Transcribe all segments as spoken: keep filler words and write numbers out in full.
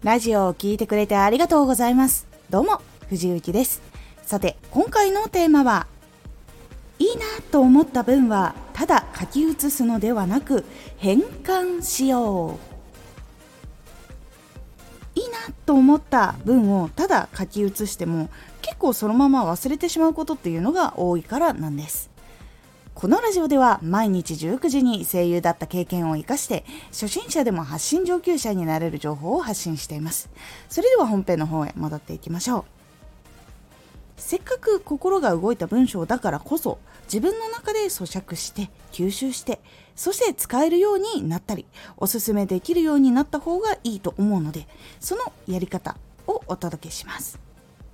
ラジオを聞いてくれてありがとうございます。どうも藤幸です。さて今回のテーマは、いいなと思った文はただ書き写すのではなく変換しよう。いいなと思った文をただ書き写しても結構そのまま忘れてしまうことっていうのが多いからなんです。このラジオでは毎日じゅうくじに声優だった経験を生かして初心者でも発信上級者になれる情報を発信しています。それでは本編の方へ戻っていきましょう。せっかく心が動いた文章だからこそ自分の中で咀嚼して吸収してそして使えるようになったりおすすめできるようになった方がいいと思うので、そのやり方をお届けします。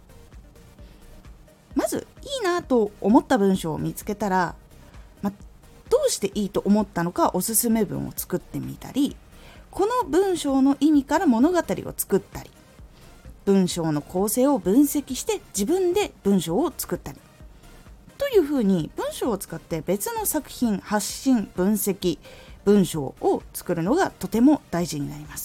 まずいいなと思った文章を見つけたら、ま、どうしていいと思ったのかおすすめ文を作ってみたり、この文章の意味から物語を作ったり、文章の構成を分析して自分で文章を作ったりというふうに文章を使って別の作品、発信、分析、文章を作るのがとても大事になります。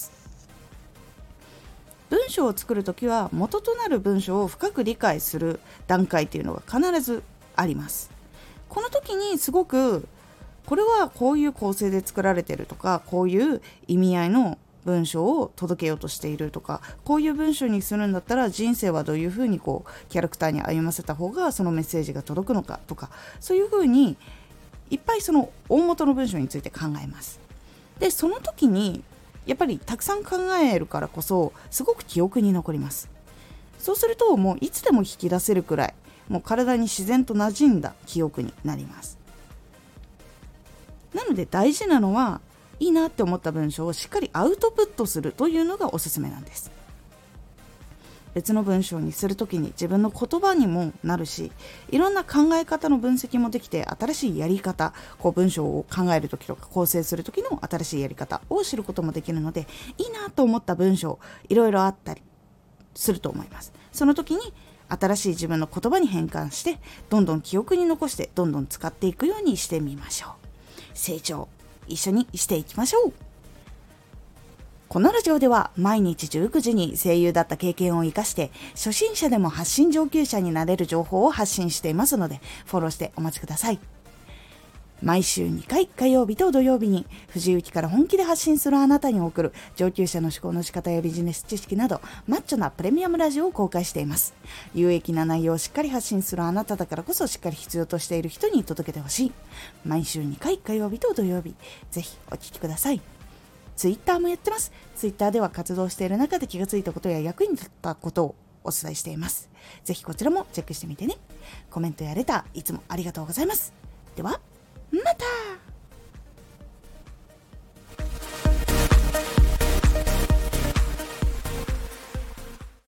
文章を作るときは元となる文章を深く理解する段階というのが必ずあります。この時にすごくこれはこういう構成で作られているとか、こういう意味合いの文章を届けようとしているとか、こういう文章にするんだったら人生はどういうふうにこうキャラクターに歩ませた方がそのメッセージが届くのかとか、そういうふうにいっぱいその大元の文章について考えます。でその時にやっぱりたくさん考えるからこそすごく記憶に残ります。そうするともういつでも引き出せるくらい、もう体に自然と馴染んだ記憶になります。なので大事なのはいいなって思った文章をしっかりアウトプットするというのがおすすめなんです。別の文章にするときに自分の言葉にもなるし、いろんな考え方の分析もできて、新しいやり方、こう文章を考えるときとか構成するときの新しいやり方を知ることもできるので、いいなと思った文章いろいろあったりすると思います。その時に新しい自分の言葉に変換してどんどん記憶に残してどんどん使っていくようにしてみましょう。成長一緒にしていきましょう。このラジオでは毎日じゅうくじに声優だった経験を生かして初心者でも発信上級者になれる情報を発信していますので、フォローしてお待ちください。毎週にかい、火曜日と土曜日に藤幸から本気で発信するあなたに送る上級者の思考の仕方やビジネス知識などマッチョなプレミアムラジオを公開しています。有益な内容をしっかり発信するあなただからこそしっかり必要としている人に届けてほしい。毎週にかい、火曜日と土曜日、ぜひお聞きください。ツイッターもやってます。ツイッターでは活動している中で気がついたことや役に立ったことをお伝えしています。ぜひこちらもチェックしてみてね。コメントやレターいつもありがとうございます。ではまた。